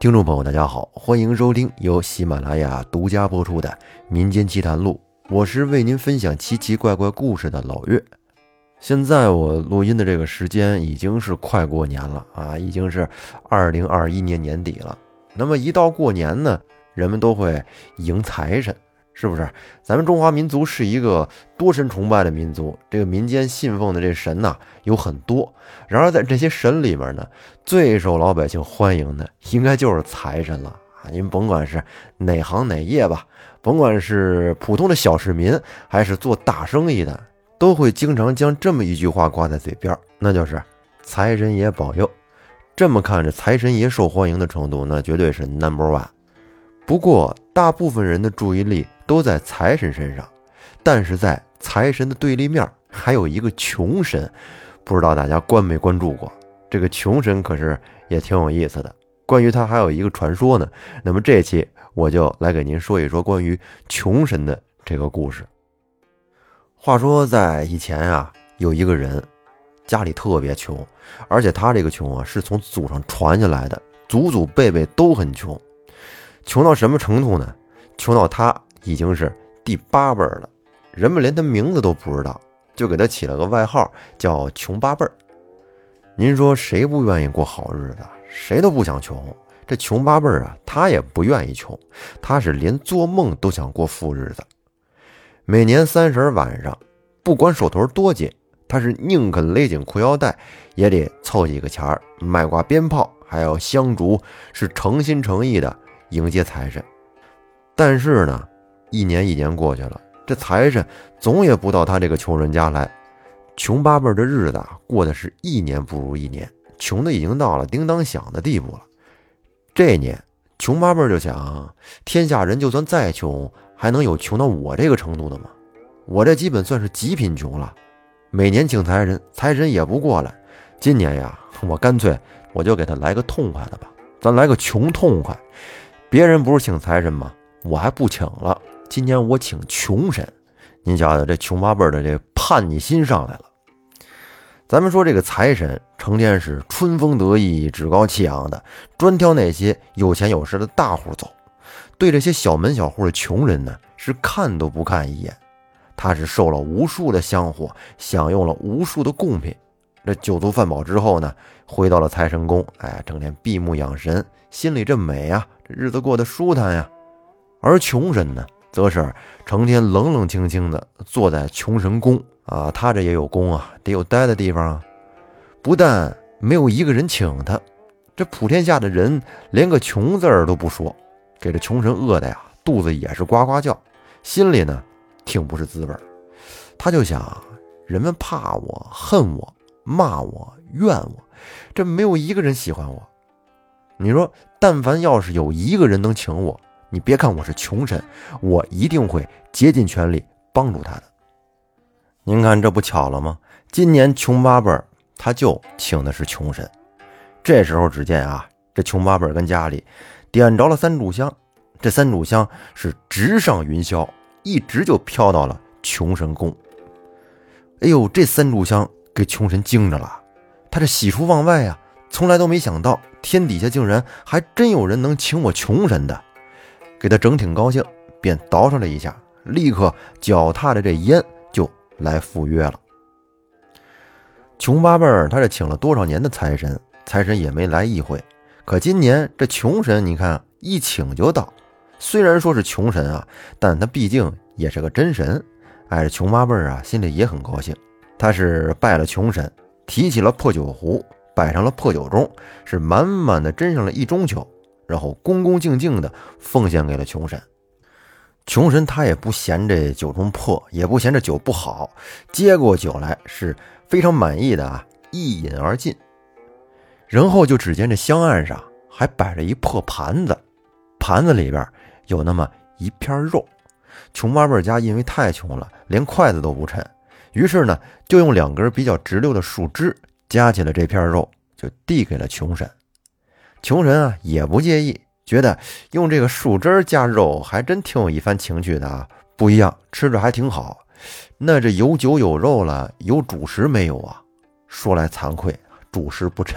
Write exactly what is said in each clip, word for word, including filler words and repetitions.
听众朋友大家好，欢迎收听由喜马拉雅独家播出的《民间奇谈录》，我是为您分享奇奇怪怪故事的老岳。现在我录音的这个时间已经是快过年了啊，已经是二零二一年年底了。那么一到过年呢，人们都会迎财神，是不是？咱们中华民族是一个多神崇拜的民族，这个民间信奉的这神呐、啊、有很多。然而在这些神里面呢，最受老百姓欢迎的应该就是财神了啊！您甭管是哪行哪业吧，甭管是普通的小市民还是做大生意的，都会经常将这么一句话挂在嘴边，那就是财神爷保佑。这么看着财神爷受欢迎的程度，那绝对是 number one。 不过大部分人的注意力都在财神身上，但是在财神的对立面还有一个穷神，不知道大家关没关注过。这个穷神可是也挺有意思的，关于他还有一个传说呢。那么这期我就来给您说一说关于穷神的这个故事。话说在以前啊，有一个人家里特别穷，而且他这个穷啊是从祖上传下来的，祖祖辈辈都很穷。穷到什么程度呢？穷到他已经是第八辈了，人们连他名字都不知道，就给他起了个外号叫穷八辈儿。您说谁不愿意过好日子？谁都不想穷。这穷八辈儿啊，他也不愿意穷，他是连做梦都想过富日子。每年三十晚上，不管手头多紧，他是宁肯勒紧裤腰带，也得凑几个钱儿买挂鞭炮，还有香烛，是诚心诚意的迎接财神。但是呢，一年一年过去了，这财神总也不到他这个穷人家来。穷八辈的日子啊，过的是一年不如一年，穷的已经到了叮当响的地步了。这年穷八辈就想，天下人就算再穷，还能有穷到我这个程度的吗？我这基本算是极贫穷了。每年请财神，财神也不过来。今年呀，我干脆我就给他来个痛快的吧，咱来个穷痛快。别人不是请财神吗？我还不请了，今年我请穷神。您瞧瞧，这穷八辈的这叛逆心上来了。咱们说这个财神成天是春风得意，趾高气扬的，专挑那些有钱有势的大户走，对这些小门小户的穷人呢，是看都不看一眼。他是受了无数的香火，享用了无数的贡品，这酒足饭饱之后呢，回到了财神宫，哎，整天闭目养神，心里这美啊，这日子过得舒坦呀。而穷神呢，则是成天冷冷清清的坐在穷神宫啊，他这也有宫啊，得有待的地方啊。不但没有一个人请他，这普天下的人连个穷字儿都不说，给这穷神饿的呀，肚子也是呱呱叫，心里呢挺不是滋味。他就想，人们怕我，恨我，骂我，怨我，这没有一个人喜欢我。你说但凡要是有一个人能请我，你别看我是穷神，我一定会竭尽全力帮助他的。您看这不巧了吗？今年穷八辈他就请的是穷神。这时候只见啊，这穷八辈跟家里点着了三炷香，这三炷香是直上云霄，一直就飘到了穷神宫。哎呦，这三炷香给穷神惊着了，他这喜出望外啊，从来都没想到天底下竟然还真有人能请我穷神的，给他整挺高兴，便捯饬了一下，立刻脚踏着这烟就来赴约了。穷八辈他这请了多少年的财神，财神也没来一回。可今年这穷神你看一请就到，虽然说是穷神啊，但他毕竟也是个真神。哎，这穷八辈啊心里也很高兴，他是拜了穷神，提起了破酒壶，摆上了破酒盅，是满满的斟上了一盅酒，然后恭恭敬敬的奉献给了穷神。穷神他也不嫌这酒盅破，也不嫌这酒不好，接过酒来是非常满意的啊，一饮而尽。然后就只见这香案上还摆着一破盘子，盘子里边有那么一片肉。穷八辈家因为太穷了，连筷子都不抻，于是呢就用两根比较直溜的树枝夹起了这片肉，就递给了穷神。穷神啊也不介意，觉得用这个树枝夹肉还真挺有一番情趣的啊，不一样，吃着还挺好。那这有酒有肉了，有主食没有啊？说来惭愧，主食不趁。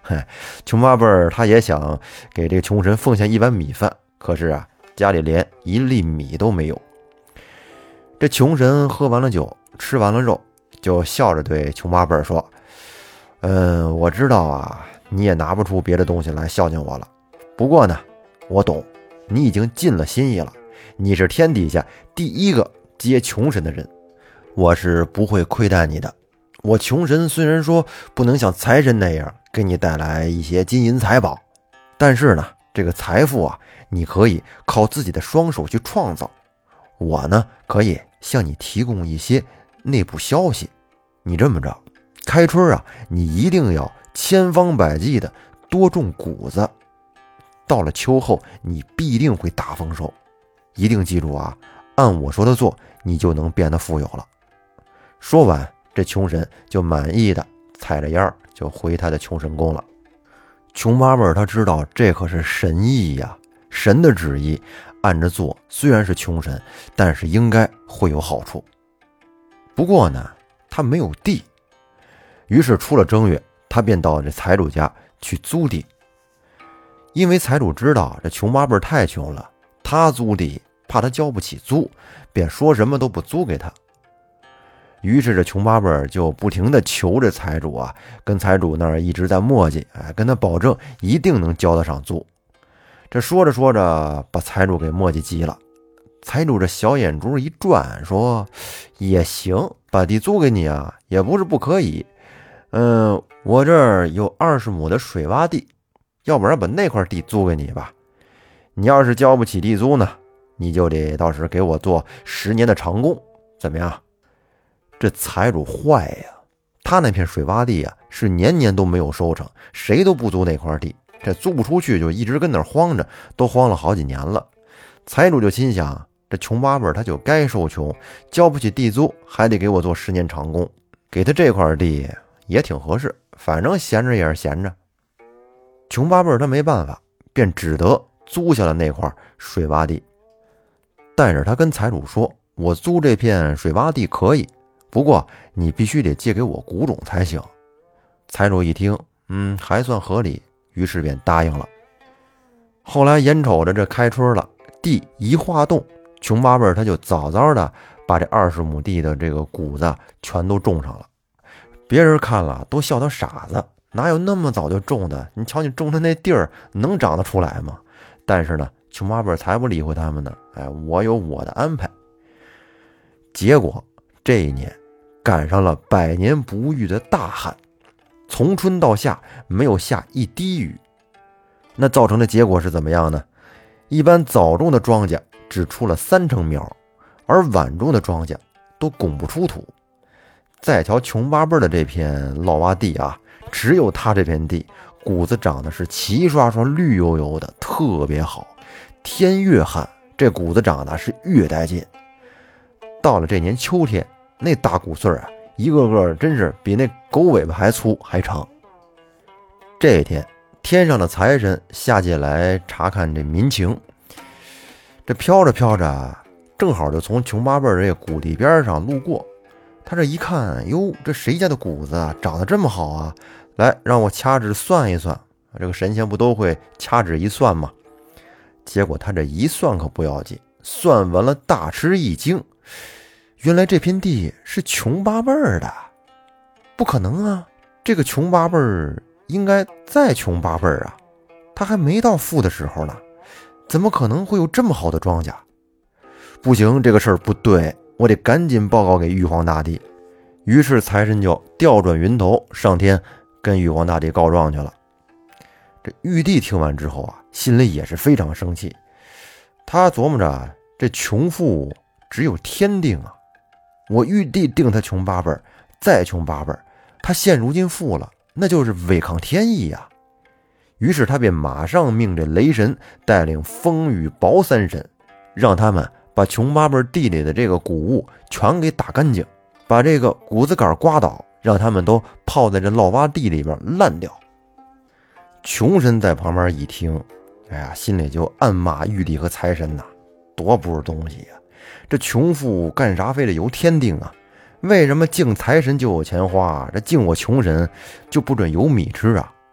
嘿，穷八辈儿他也想给这个穷神奉献一碗米饭，可是啊，家里连一粒米都没有。这穷神喝完了酒，吃完了肉，就笑着对穷八辈儿说：“嗯，我知道啊，你也拿不出别的东西来孝敬我了。不过呢，我懂，你已经尽了心意了。你是天底下第一个接穷神的人，我是不会亏待你的。我穷神虽然说不能像财神那样给你带来一些金银财宝，但是呢，这个财富啊，你可以靠自己的双手去创造。我呢，可以向你提供一些内部消息。你这么着，开春啊，你一定要千方百计的多种谷子，到了秋后，你必定会大丰收。一定记住啊，按我说的做，你就能变得富有了。”说完，这穷神就满意的踩着烟儿就回他的穷神宫了。穷八辈儿他知道这可是神意呀，神的旨意按着做，虽然是穷神，但是应该会有好处。不过呢，他没有地，于是出了正月，他便到这财主家去租地。因为财主知道这穷八辈儿太穷了，他租地怕他交不起租，便说什么都不租给他。于是这穷八辈儿就不停地求这财主啊，跟财主那儿一直在磨叽，哎，跟他保证一定能交得上租。这说着说着，把财主给磨叽急了。财主这小眼珠一转，说：“也行，把地租给你啊，也不是不可以。嗯，我这儿有二十亩的水洼地，要不然把那块地租给你吧。你要是交不起地租呢，你就得到时给我做十年的长工，怎么样？”这财主坏呀，他那片水洼地啊，是年年都没有收成，谁都不租那块地，这租不出去就一直跟那儿荒着，都荒了好几年了。财主就心想，这穷八辈儿他就该受穷，交不起地租，还得给我做十年长工，给他这块地也挺合适，反正闲着也是闲着。穷八辈儿他没办法，便只得租下了那块水洼地，带着他跟财主说：“我租这片水洼地可以，不过你必须得借给我谷种才行。”财主一听，嗯，还算合理，于是便答应了。后来眼瞅着这开春了，地一化冻，穷八辈儿他就早早的把这二十亩地的这个谷子全都种上了。别人看了都笑他傻子，哪有那么早就种的？你瞧你种的那地儿能长得出来吗？但是呢，穷八辈儿才不理会他们呢，哎，我有我的安排。结果这一年赶上了百年不遇的大旱，从春到夏没有下一滴雨。那造成的结果是怎么样呢？一般早种的庄稼只出了三成苗，而晚种的庄稼都拱不出土。再瞧穷八辈儿的这片涝洼地啊，只有他这片地谷子长得是齐刷刷绿油油的，特别好。天越旱，这谷子长得是越带劲。到了这年秋天，那大谷穗啊，一个个真是比那狗尾巴还粗还长。这天，天上的财神下界来查看这民情，这飘着飘着，正好就从穷八辈儿这个谷地边上路过。他这一看，哟，这谁家的谷子啊，长得这么好啊！来，让我掐指算一算。这个神仙不都会掐指一算吗？结果他这一算可不要紧，算完了大吃一惊，原来这片地是穷八辈儿的。不可能啊，这个穷八辈儿应该再穷八辈儿啊，他还没到富的时候呢，怎么可能会有这么好的庄稼？不行，这个事儿不对，我得赶紧报告给玉皇大帝。于是财神就调转云头上天跟玉皇大帝告状去了。这玉帝听完之后啊，心里也是非常生气。他琢磨着，这穷富只有天定啊，我玉帝定他穷八辈儿，再穷八辈儿，他现如今富了，那就是违抗天意呀。于是他便马上命这雷神带领风雨雹三神，让他们把穷八辈儿地里的这个谷物全给打干净，把这个谷子杆刮倒，让他们都泡在这涝洼地里边烂掉。穷神在旁边一听，哎呀，心里就暗骂玉帝和财神呐，多不是东西呀！这穷富干啥非得由天定啊？为什么敬财神就有钱花，这敬我穷神就不准有米吃啊？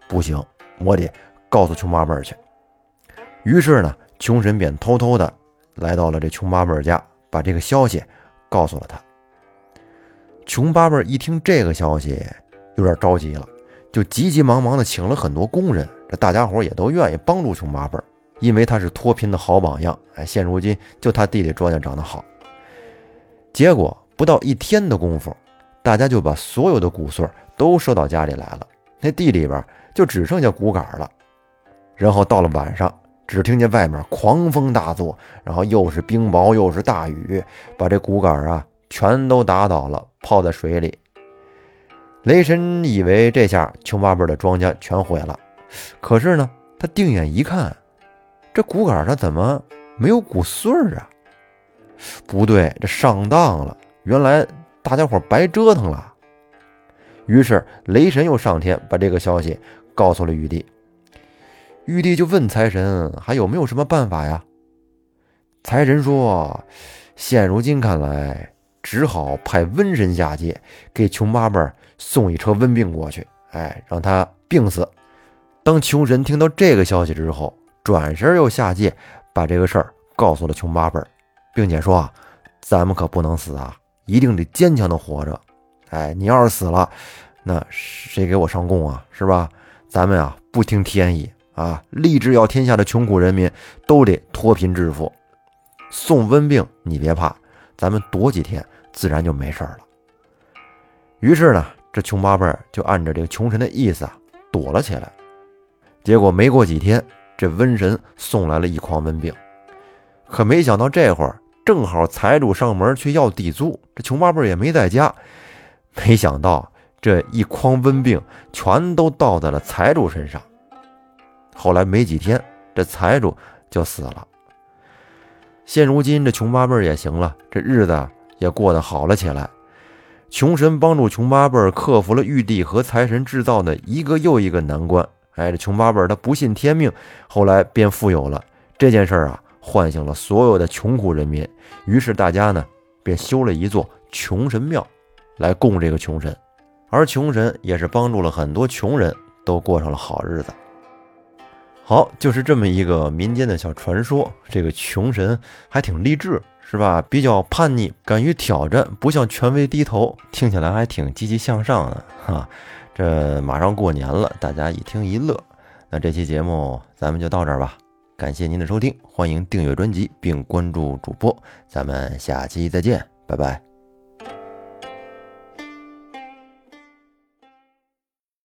不行，我得告诉穷八辈去。于是呢，穷神便偷偷的来到了这穷八辈家，把这个消息告诉了他。穷八辈一听这个消息，有点着急了，就急急忙忙的请了很多工人，这大家伙也都愿意帮助穷八辈，因为他是脱贫的好榜样。哎，现如今就他弟弟庄稼长得好。结果不到一天的功夫，大家就把所有的谷穗都收到家里来了，那地里边就只剩下谷杆了。然后到了晚上，只听见外面狂风大作，然后又是冰雹又是大雨，把这谷杆啊全都打倒了，泡在水里。雷神以为这下穷八辈的庄稼全毁了，可是呢，他定眼一看，这谷杆上怎么没有谷穗啊？不对，这上当了，原来大家伙白折腾了。于是雷神又上天把这个消息告诉了玉帝。玉帝就问财神还有没有什么办法呀？财神说，现如今看来只好派瘟神下界，给穷八辈送一车瘟病过去，哎，让他病死。当穷神听到这个消息之后，转身又下界，把这个事儿告诉了穷八辈，并且说啊，咱们可不能死啊，一定得坚强的活着。哎，你要是死了，那谁给我上供啊？是吧？咱们啊，不听天意啊，立志要天下的穷苦人民都得脱贫致富。送瘟病你别怕，咱们躲几天，自然就没事了。于是呢，这穷八辈就按照这个穷神的意思啊，躲了起来。结果没过几天，这瘟神送来了一筐瘟病，可没想到这会儿正好财主上门去要地租，这穷八辈也没在家。没想到这一筐瘟病全都倒在了财主身上。后来没几天，这财主就死了。现如今这穷八辈也行了，这日子也过得好了起来。穷神帮助穷八辈克服了玉帝和财神制造的一个又一个难关。哎，这穷八辈他不信天命，后来变富有了。这件事啊，唤醒了所有的穷苦人民，于是大家呢便修了一座穷神庙来供这个穷神，而穷神也是帮助了很多穷人都过上了好日子。好，就是这么一个民间的小传说。这个穷神还挺励志，是吧？比较叛逆，敢于挑战，不向权威低头，听起来还挺积极向上的哈。这马上过年了，大家一听一乐。那这期节目咱们就到这儿吧，感谢您的收听，欢迎订阅专辑并关注主播，咱们下期再见，拜拜。